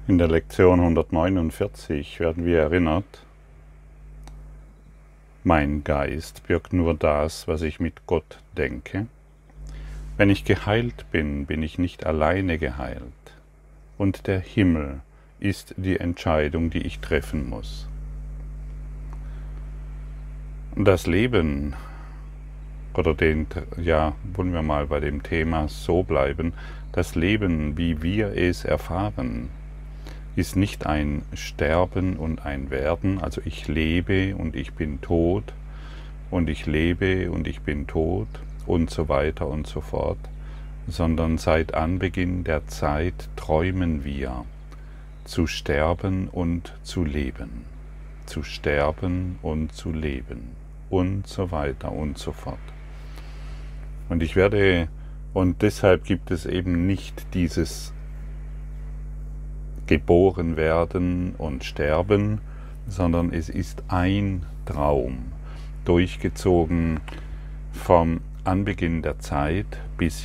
In der Lektion 149 werden wir erinnert, mein Geist birgt nur das, was ich mit Gott denke. Wenn ich geheilt bin, bin ich nicht alleine geheilt. Und der Himmel ist die Entscheidung, die ich treffen muss. Das Leben, wollen wir mal bei dem Thema so bleiben, das Leben, wie wir es erfahren, ist nicht ein Sterben und ein Werden, also ich lebe und ich bin tot und ich lebe und ich bin tot und so weiter und so fort, sondern seit Anbeginn der Zeit träumen wir, zu sterben und zu leben, zu sterben und zu leben und so weiter und so fort. Und deshalb gibt es eben nicht dieses geboren werden und sterben, sondern es ist ein Traum, durchgezogen vom Anbeginn der Zeit bis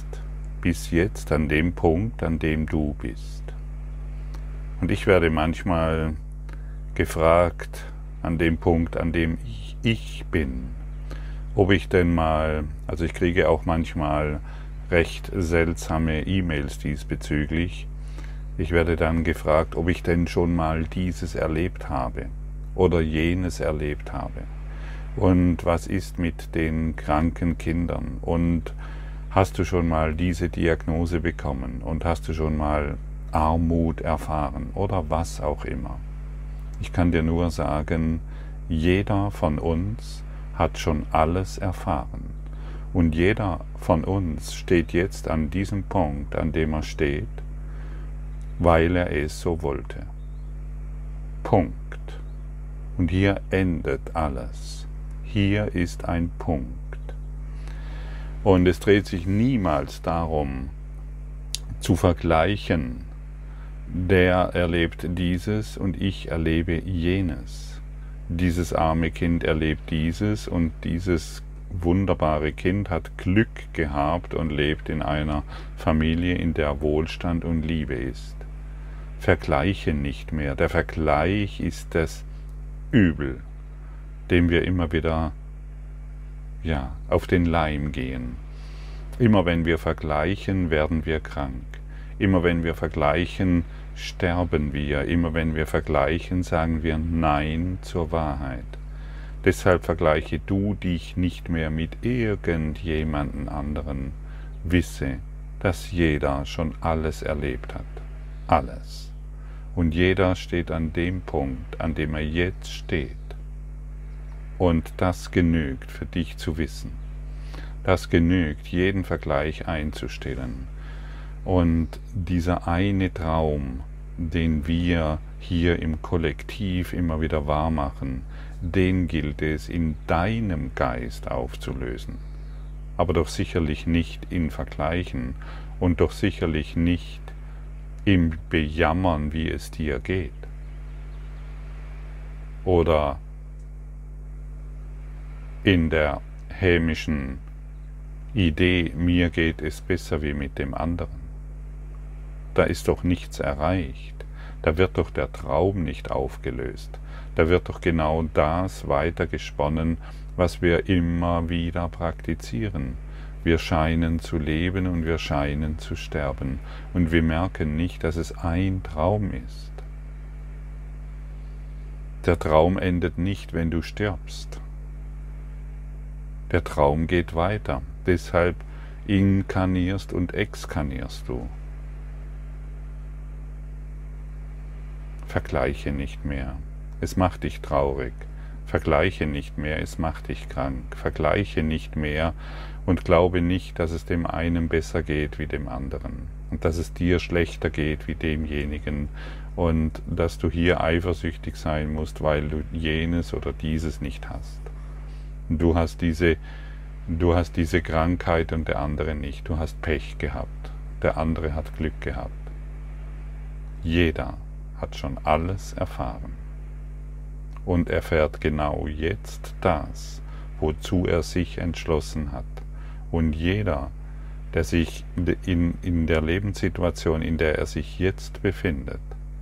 jetzt an dem Punkt, an dem du bist. Und ich werde manchmal gefragt, an dem Punkt, an dem ich bin, ob ich denn mal, also ich kriege auch manchmal recht seltsame E-Mails diesbezüglich. Ich werde dann gefragt, ob ich denn schon mal dieses erlebt habe oder jenes erlebt habe. Und was ist mit den kranken Kindern? Und hast du schon mal diese Diagnose bekommen? Und hast du schon mal Armut erfahren? Oder was auch immer. Ich kann dir nur sagen, jeder von uns hat schon alles erfahren. Und jeder von uns steht jetzt an diesem Punkt, an dem er steht, weil er es so wollte. Punkt. Und hier endet alles. Hier ist ein Punkt. Und es dreht sich niemals darum, zu vergleichen, der erlebt dieses und ich erlebe jenes. Dieses arme Kind erlebt dieses und dieses wunderbare Kind hat Glück gehabt und lebt in einer Familie, in der Wohlstand und Liebe ist. Vergleiche nicht mehr. Der Vergleich ist das Übel, dem wir immer wieder auf den Leim gehen. Immer wenn wir vergleichen, werden wir krank. Immer wenn wir vergleichen, sterben wir. Immer wenn wir vergleichen, sagen wir Nein zur Wahrheit. Deshalb vergleiche du dich nicht mehr mit irgendjemanden anderen. Wisse, dass jeder schon alles erlebt hat. Alles. Und jeder steht an dem Punkt, an dem er jetzt steht. Und das genügt für dich zu wissen. Das genügt, jeden Vergleich einzustellen. Und dieser eine Traum, den wir hier im Kollektiv immer wieder wahrmachen, den gilt es in deinem Geist aufzulösen. Aber doch sicherlich nicht in Vergleichen und doch sicherlich nicht im Bejammern, wie es dir geht. Oder in der hämischen Idee, mir geht es besser wie mit dem anderen. Da ist doch nichts erreicht. Da wird doch der Traum nicht aufgelöst. Da wird doch genau das weitergesponnen, was wir immer wieder praktizieren. Wir scheinen zu leben und wir scheinen zu sterben. Und wir merken nicht, dass es ein Traum ist. Der Traum endet nicht, wenn du stirbst. Der Traum geht weiter. Deshalb inkarnierst und exkarnierst du. Vergleiche nicht mehr. Es macht dich traurig. Vergleiche nicht mehr, es macht dich krank. Vergleiche nicht mehr und glaube nicht, dass es dem einen besser geht wie dem anderen und dass es dir schlechter geht wie demjenigen und dass du hier eifersüchtig sein musst, weil du jenes oder dieses nicht hast. Du hast diese Krankheit und der andere nicht. Du hast Pech gehabt. Der andere hat Glück gehabt. Jeder hat schon alles erfahren. Und erfährt genau jetzt das, wozu er sich entschlossen hat. Und jeder, der sich in der Lebenssituation, in der er sich jetzt befindet,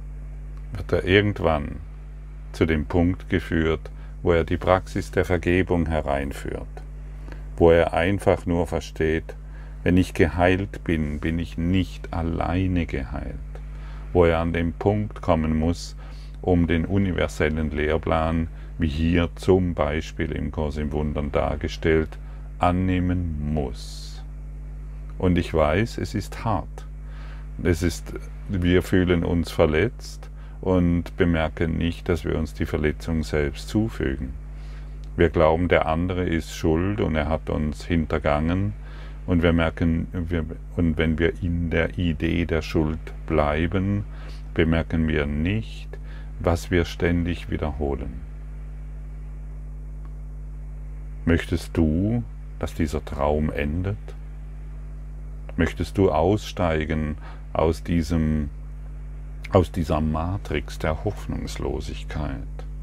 wird er irgendwann zu dem Punkt geführt, wo er die Praxis der Vergebung hereinführt, wo er einfach nur versteht, wenn ich geheilt bin, bin ich nicht alleine geheilt, wo er an den Punkt kommen muss, um den universellen Lehrplan, wie hier zum Beispiel im Kurs in Wundern dargestellt, annehmen muss. Und ich weiß, es ist hart. Wir fühlen uns verletzt und bemerken nicht, dass wir uns die Verletzung selbst zufügen. Wir glauben, der andere ist schuld und er hat uns hintergangen, und wir merken, wenn wir in der Idee der Schuld bleiben, bemerken wir nicht, was wir ständig wiederholen. Möchtest du, dass dieser Traum endet? Möchtest du aussteigen aus dieser Matrix der Hoffnungslosigkeit,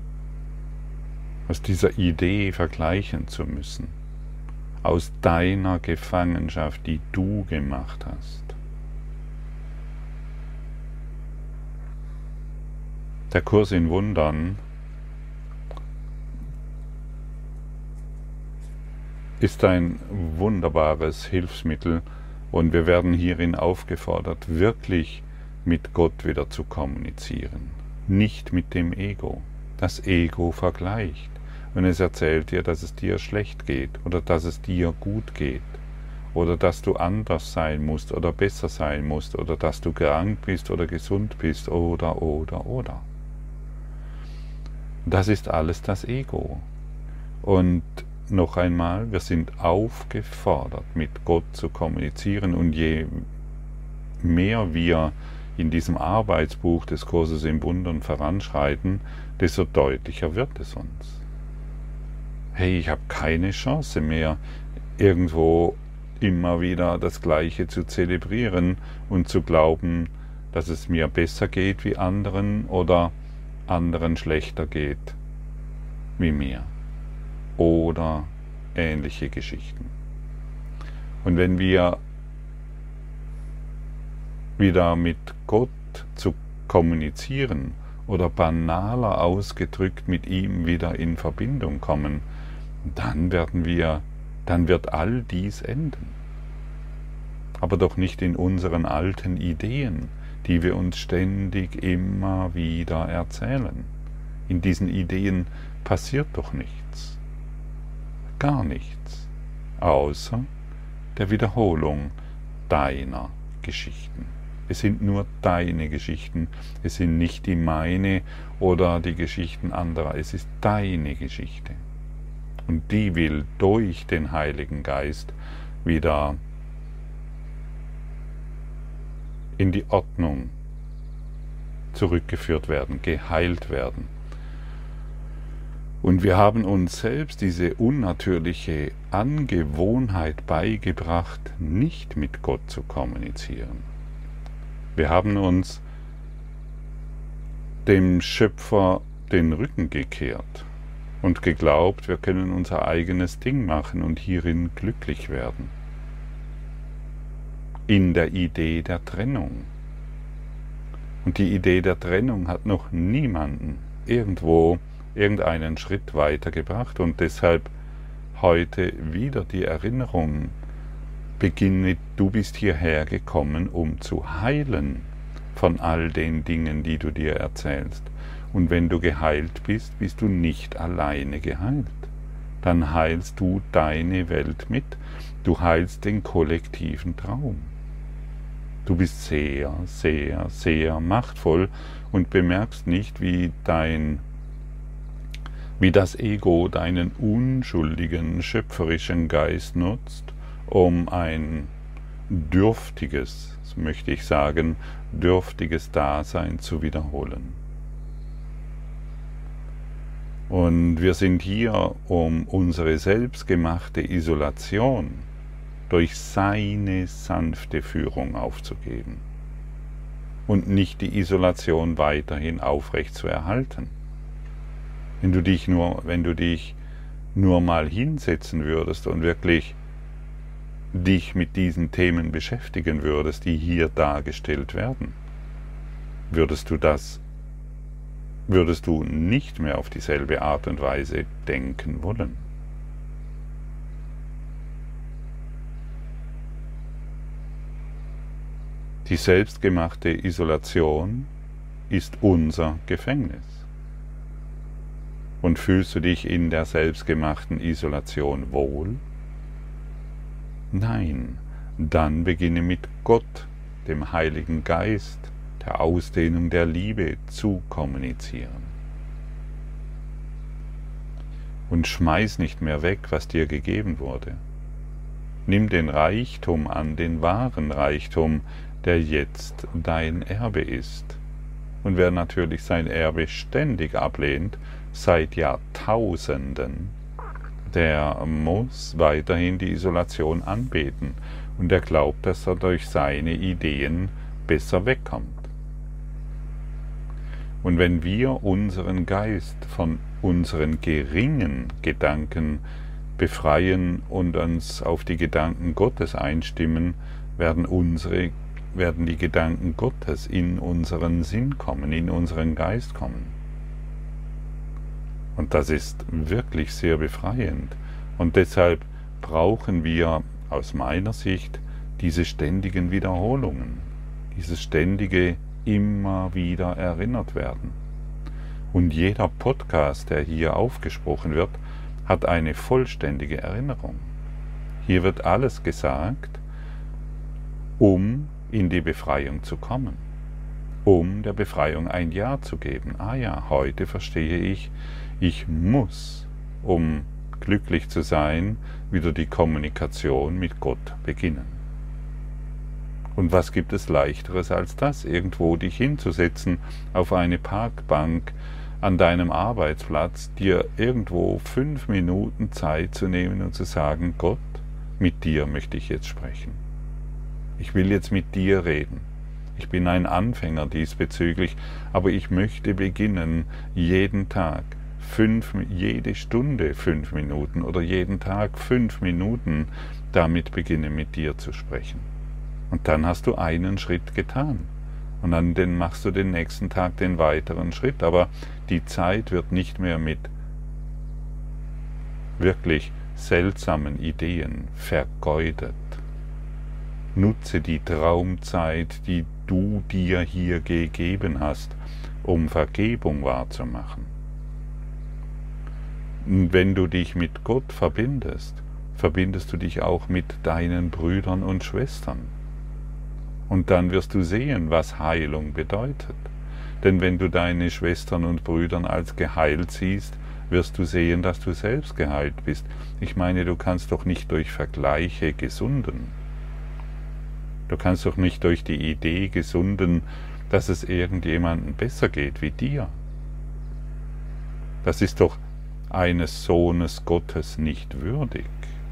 aus dieser Idee vergleichen zu müssen, aus deiner Gefangenschaft, die du gemacht hast? Der Kurs in Wundern ist ein wunderbares Hilfsmittel, und wir werden hierin aufgefordert, wirklich mit Gott wieder zu kommunizieren, nicht mit dem Ego. Das Ego vergleicht und es erzählt dir, dass es dir schlecht geht oder dass es dir gut geht oder dass du anders sein musst oder besser sein musst oder dass du krank bist oder gesund bist oder. Das ist alles das Ego. Und noch einmal, wir sind aufgefordert, mit Gott zu kommunizieren, und je mehr wir in diesem Arbeitsbuch des Kurses in Wundern voranschreiten, desto deutlicher wird es uns. Hey, ich habe keine Chance mehr, irgendwo immer wieder das Gleiche zu zelebrieren und zu glauben, dass es mir besser geht wie anderen oder anderen schlechter geht wie mir. Oder ähnliche Geschichten. Und wenn wir wieder mit Gott zu kommunizieren oder banaler ausgedrückt mit ihm wieder in Verbindung kommen, dann wird all dies enden. Aber doch nicht in unseren alten Ideen, die wir uns ständig immer wieder erzählen. In diesen Ideen passiert doch nichts. Gar nichts, außer der Wiederholung deiner Geschichten. Es sind nur deine Geschichten, es sind nicht die meine oder die Geschichten anderer, es ist deine Geschichte. Und die will durch den Heiligen Geist wieder in die Ordnung zurückgeführt werden, geheilt werden. Und wir haben uns selbst diese unnatürliche Angewohnheit beigebracht, nicht mit Gott zu kommunizieren. Wir haben uns dem Schöpfer den Rücken gekehrt und geglaubt, wir können unser eigenes Ding machen und hierin glücklich werden. In der Idee der Trennung. Und die Idee der Trennung hat noch niemanden irgendeinen Schritt weitergebracht, und deshalb heute wieder die Erinnerung, beginn mit: Du bist hierher gekommen, um zu heilen von all den Dingen, die du dir erzählst. Und wenn du geheilt bist, bist du nicht alleine geheilt. Dann heilst du deine Welt mit, du heilst den kollektiven Traum. Du bist sehr, sehr, sehr machtvoll und bemerkst nicht, wie das Ego deinen unschuldigen, schöpferischen Geist nutzt, um ein dürftiges, möchte ich sagen, dürftiges Dasein zu wiederholen. Und wir sind hier, um unsere selbstgemachte Isolation durch seine sanfte Führung aufzugeben und nicht die Isolation weiterhin aufrecht zu erhalten. Wenn du dich nur mal hinsetzen würdest und wirklich dich mit diesen Themen beschäftigen würdest, die hier dargestellt werden, würdest du das würdest du nicht mehr auf dieselbe Art und Weise denken wollen. Die selbstgemachte Isolation ist unser Gefängnis. Und fühlst du dich in der selbstgemachten Isolation wohl? Nein, dann beginne mit Gott, dem Heiligen Geist, der Ausdehnung der Liebe zu kommunizieren. Und schmeiß nicht mehr weg, was dir gegeben wurde. Nimm den Reichtum an, den wahren Reichtum, der jetzt dein Erbe ist. Und wer natürlich sein Erbe ständig ablehnt, seit Jahrtausenden, der muss weiterhin die Isolation anbeten und er glaubt, dass er durch seine Ideen besser wegkommt. Und wenn wir unseren Geist von unseren geringen Gedanken befreien und uns auf die Gedanken Gottes einstimmen, werden die Gedanken Gottes in unseren Sinn kommen, in unseren Geist kommen. Und das ist wirklich sehr befreiend. Und deshalb brauchen wir aus meiner Sicht diese ständigen Wiederholungen, dieses ständige immer wieder erinnert werden. Und jeder Podcast, der hier aufgesprochen wird, hat eine vollständige Erinnerung. Hier wird alles gesagt, um in die Befreiung zu kommen, um der Befreiung ein Ja zu geben. Ah ja, heute verstehe ich, ich muss, um glücklich zu sein, wieder die Kommunikation mit Gott beginnen. Und was gibt es Leichteres als das, irgendwo dich hinzusetzen auf eine Parkbank an deinem Arbeitsplatz, dir irgendwo 5 Minuten Zeit zu nehmen und zu sagen, Gott, mit dir möchte ich jetzt sprechen. Ich will jetzt mit dir reden. Ich bin ein Anfänger diesbezüglich, aber ich möchte beginnen, jeden Tag, jede Stunde 5 Minuten oder jeden Tag 5 Minuten damit beginnen, mit dir zu sprechen. Und dann hast du einen Schritt getan. Und dann machst du den nächsten Tag den weiteren Schritt. Aber die Zeit wird nicht mehr mit wirklich seltsamen Ideen vergeudet. Nutze die Traumzeit, die du dir hier gegeben hast, um Vergebung wahrzumachen. Und wenn du dich mit Gott verbindest, verbindest du dich auch mit deinen Brüdern und Schwestern. Und dann wirst du sehen, was Heilung bedeutet. Denn wenn du deine Schwestern und Brüder als geheilt siehst, wirst du sehen, dass du selbst geheilt bist. Ich meine, du kannst doch nicht durch Vergleiche gesunden. Du kannst doch nicht durch die Idee gesunden, dass es irgendjemandem besser geht wie dir. Das ist doch eines Sohnes Gottes nicht würdig.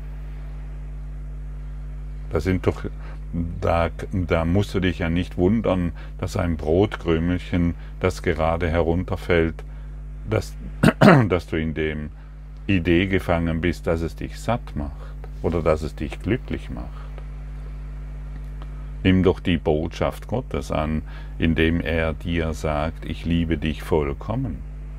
Da musst du dich ja nicht wundern, dass ein Brotkrümelchen, das gerade herunterfällt, dass du in dem Idee gefangen bist, dass es dich satt macht oder dass es dich glücklich macht. Nimm doch die Botschaft Gottes an, indem er dir sagt, ich liebe dich vollkommen.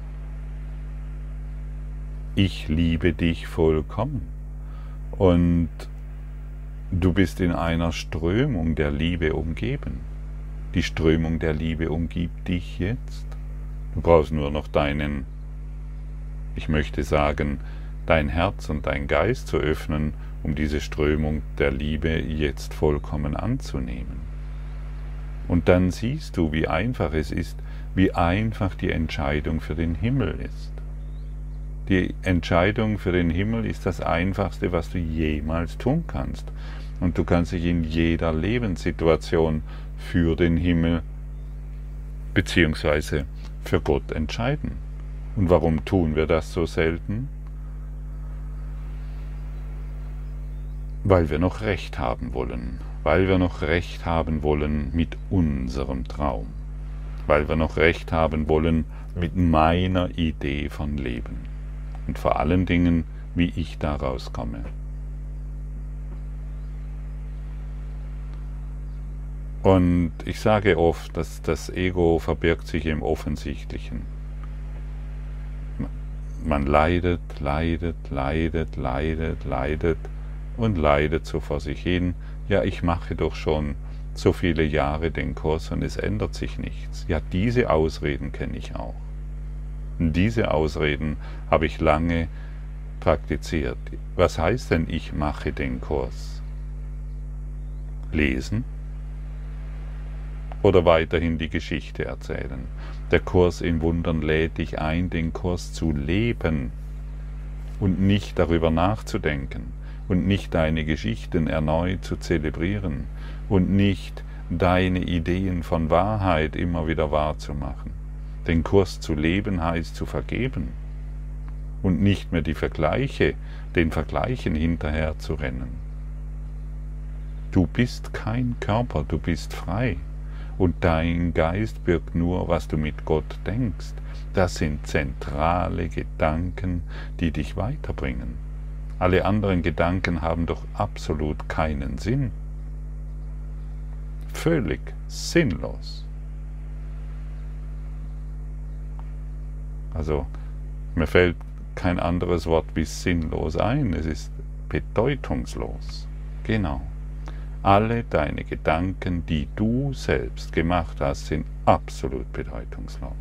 Ich liebe dich vollkommen. Und du bist in einer Strömung der Liebe umgeben. Die Strömung der Liebe umgibt dich jetzt. Du brauchst nur noch ich möchte sagen, dein Herz und dein Geist zu öffnen, um diese Strömung der Liebe jetzt vollkommen anzunehmen. Und dann siehst du, wie einfach es ist, wie einfach die Entscheidung für den Himmel ist. Die Entscheidung für den Himmel ist das Einfachste, was du jemals tun kannst. Und du kannst dich in jeder Lebenssituation für den Himmel bzw. für Gott entscheiden. Und warum tun wir das so selten? Weil wir noch Recht haben wollen. Weil wir noch Recht haben wollen mit unserem Traum. Weil wir noch Recht haben wollen mit meiner Idee von Leben. Und vor allen Dingen, wie ich da rauskomme. Und ich sage oft, dass das Ego verbirgt sich im Offensichtlichen. man leidet und leidet so vor sich hin. Ja, ich mache doch schon so viele Jahre den Kurs und es ändert sich nichts. Ja, diese Ausreden kenne ich auch. Und diese Ausreden habe ich lange praktiziert. Was heißt denn, ich mache den Kurs? Lesen oder weiterhin die Geschichte erzählen? Der Kurs in Wundern lädt dich ein, den Kurs zu leben und nicht darüber nachzudenken und nicht deine Geschichten erneut zu zelebrieren und nicht deine Ideen von Wahrheit immer wieder wahrzumachen. Den Kurs zu leben heißt zu vergeben und nicht mehr den Vergleichen hinterher zu rennen. Du bist kein Körper, du bist frei. Und dein Geist birgt nur, was du mit Gott denkst. Das sind zentrale Gedanken, die dich weiterbringen. Alle anderen Gedanken haben doch absolut keinen Sinn. Völlig sinnlos. Also, mir fällt kein anderes Wort wie sinnlos ein. Es ist bedeutungslos. Genau. Alle deine Gedanken, die du selbst gemacht hast, sind absolut bedeutungslos.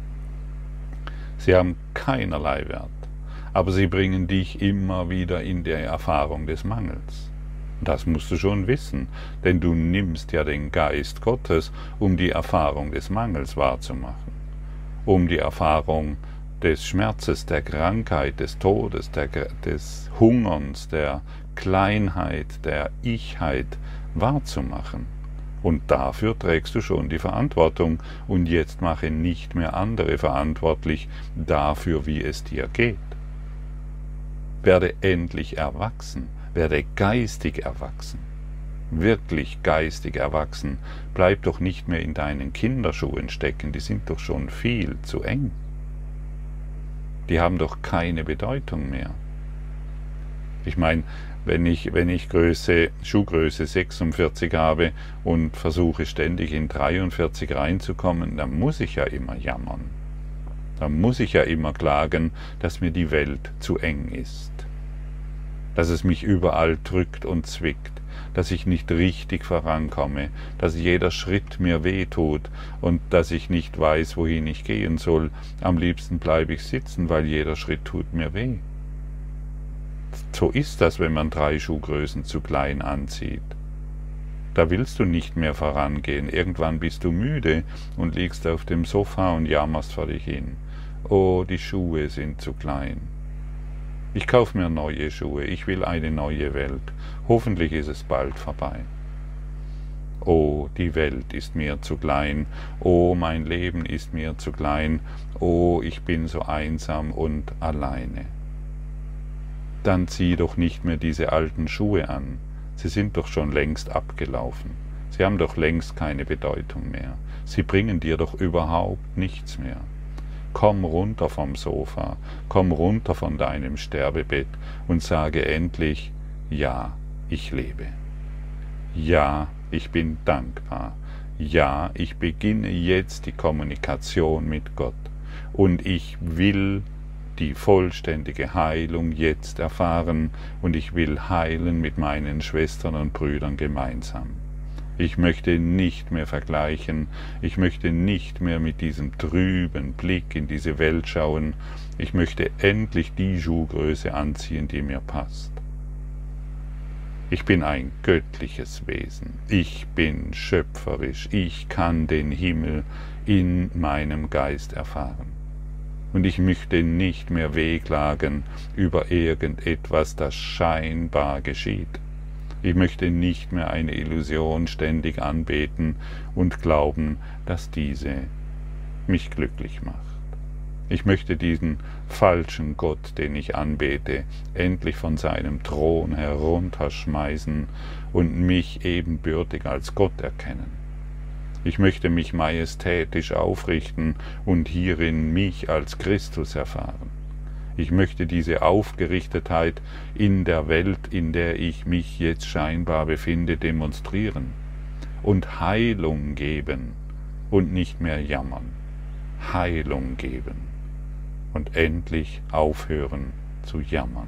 Sie haben keinerlei Wert, aber sie bringen dich immer wieder in die Erfahrung des Mangels. Das musst du schon wissen, denn du nimmst ja den Geist Gottes, um die Erfahrung des Mangels wahrzumachen, um die Erfahrung des Schmerzes, der Krankheit, des Todes, des Hungerns, der Kleinheit, der Ichheit wahrzumachen. Und dafür trägst du schon die Verantwortung. Und jetzt mache nicht mehr andere verantwortlich dafür, wie es dir geht. Werde endlich erwachsen, werde geistig erwachsen, wirklich geistig erwachsen. Bleib doch nicht mehr in deinen Kinderschuhen stecken, die sind doch schon viel zu eng. Die haben doch keine Bedeutung mehr. Ich meine, wenn ich Schuhgröße 46 habe und versuche ständig in 43 reinzukommen, dann muss ich ja immer jammern. Dann muss ich ja immer klagen, dass mir die Welt zu eng ist. Dass es mich überall drückt und zwickt, dass ich nicht richtig vorankomme, dass jeder Schritt mir wehtut und dass ich nicht weiß, wohin ich gehen soll. Am liebsten bleibe ich sitzen, weil jeder Schritt tut mir weh. So ist das, wenn man 3 Schuhgrößen zu klein anzieht. Da willst du nicht mehr vorangehen. Irgendwann bist du müde und liegst auf dem Sofa und jammerst vor dich hin. Oh, die Schuhe sind zu klein. Ich kaufe mir neue Schuhe. Ich will eine neue Welt. Hoffentlich ist es bald vorbei. Oh, die Welt ist mir zu klein. Oh, mein Leben ist mir zu klein. Oh, ich bin so einsam und alleine. Dann zieh doch nicht mehr diese alten Schuhe an. Sie sind doch schon längst abgelaufen. Sie haben doch längst keine Bedeutung mehr. Sie bringen dir doch überhaupt nichts mehr. Komm runter vom Sofa, komm runter von deinem Sterbebett und sage endlich, ja, ich lebe. Ja, ich bin dankbar. Ja, ich beginne jetzt die Kommunikation mit Gott. Und ich will die vollständige Heilung jetzt erfahren und ich will heilen mit meinen Schwestern und Brüdern gemeinsam. Ich möchte nicht mehr vergleichen, ich möchte nicht mehr mit diesem trüben Blick in diese Welt schauen, ich möchte endlich die Schuhgröße anziehen, die mir passt. Ich bin ein göttliches Wesen, ich bin schöpferisch, ich kann den Himmel in meinem Geist erfahren. Und ich möchte nicht mehr wehklagen über irgendetwas, das scheinbar geschieht. Ich möchte nicht mehr eine Illusion ständig anbeten und glauben, dass diese mich glücklich macht. Ich möchte diesen falschen Gott, den ich anbete, endlich von seinem Thron herunterschmeißen und mich ebenbürtig als Gott erkennen. Ich möchte mich majestätisch aufrichten und hierin mich als Christus erfahren. Ich möchte diese Aufgerichtetheit in der Welt, in der ich mich jetzt scheinbar befinde, demonstrieren und Heilung geben und nicht mehr jammern. Heilung geben. und endlich aufhören zu jammern.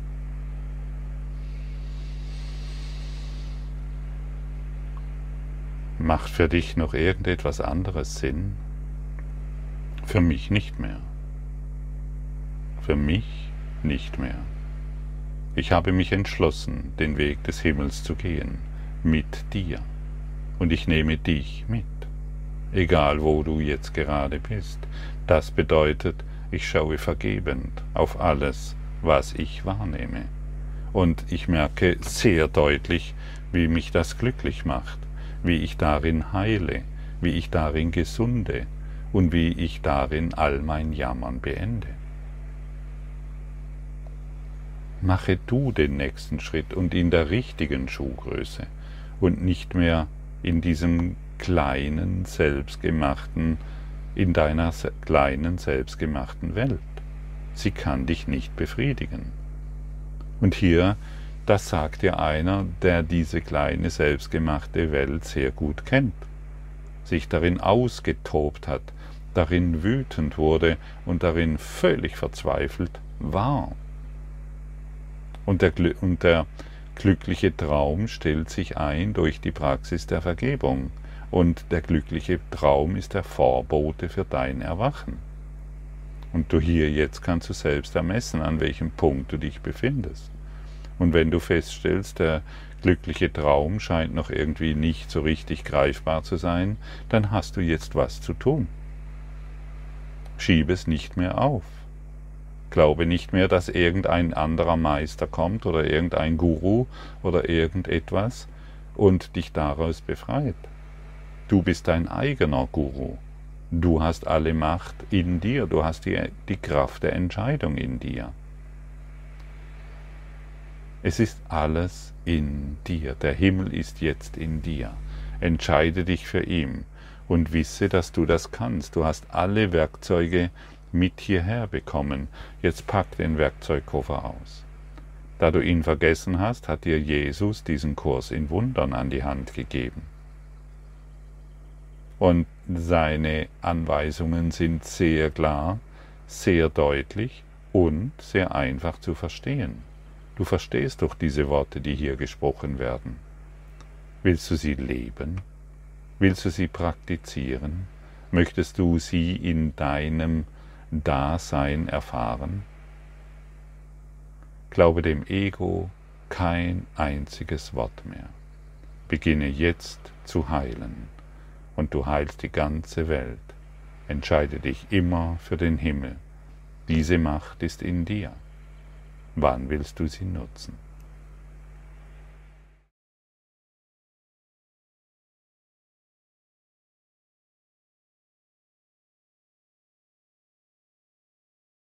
Macht für dich noch irgendetwas anderes Sinn? Für mich nicht mehr. Für mich nicht mehr. Ich habe mich entschlossen, den Weg des Himmels zu gehen, mit dir. Und ich nehme dich mit, egal wo du jetzt gerade bist. Das bedeutet, ich schaue vergebend auf alles, was ich wahrnehme. Und ich merke sehr deutlich, wie mich das glücklich macht, wie ich darin heile, wie ich darin gesunde und wie ich darin all mein Jammern beende. Mache du den nächsten Schritt und in der richtigen Schuhgröße und nicht mehr in diesem kleinen, selbstgemachten, in deiner kleinen, selbstgemachten Welt. Sie kann dich nicht befriedigen. Und hier, das sagt dir einer, der diese kleine, selbstgemachte Welt sehr gut kennt, sich darin ausgetobt hat, darin wütend wurde und darin völlig verzweifelt war. Und der glückliche Traum stellt sich ein durch die Praxis der Vergebung. Und der glückliche Traum ist der Vorbote für dein Erwachen. Und du hier jetzt kannst du selbst ermessen, an welchem Punkt du dich befindest. Und wenn du feststellst, der glückliche Traum scheint noch irgendwie nicht so richtig greifbar zu sein, dann hast du jetzt was zu tun. Schiebe es nicht mehr auf. Glaube nicht mehr, dass irgendein anderer Meister kommt oder irgendein Guru oder irgendetwas und dich daraus befreit. Du bist dein eigener Guru. Du hast alle Macht in dir. Du hast die Kraft der Entscheidung in dir. Es ist alles in dir. Der Himmel ist jetzt in dir. Entscheide dich für ihn und wisse, dass du das kannst. Du hast alle Werkzeuge mit hierher bekommen. Jetzt pack den Werkzeugkoffer aus. Da du ihn vergessen hast, hat dir Jesus diesen Kurs in Wundern an die Hand gegeben. Und seine Anweisungen sind sehr klar, sehr deutlich und sehr einfach zu verstehen. Du verstehst doch diese Worte, die hier gesprochen werden. Willst du sie leben? Willst du sie praktizieren? Möchtest du sie in deinem Dasein erfahren? Glaube dem Ego kein einziges Wort mehr. Beginne jetzt zu heilen und du heilst die ganze Welt. Entscheide dich immer für den Himmel. Diese Macht ist in dir. Wann willst du sie nutzen?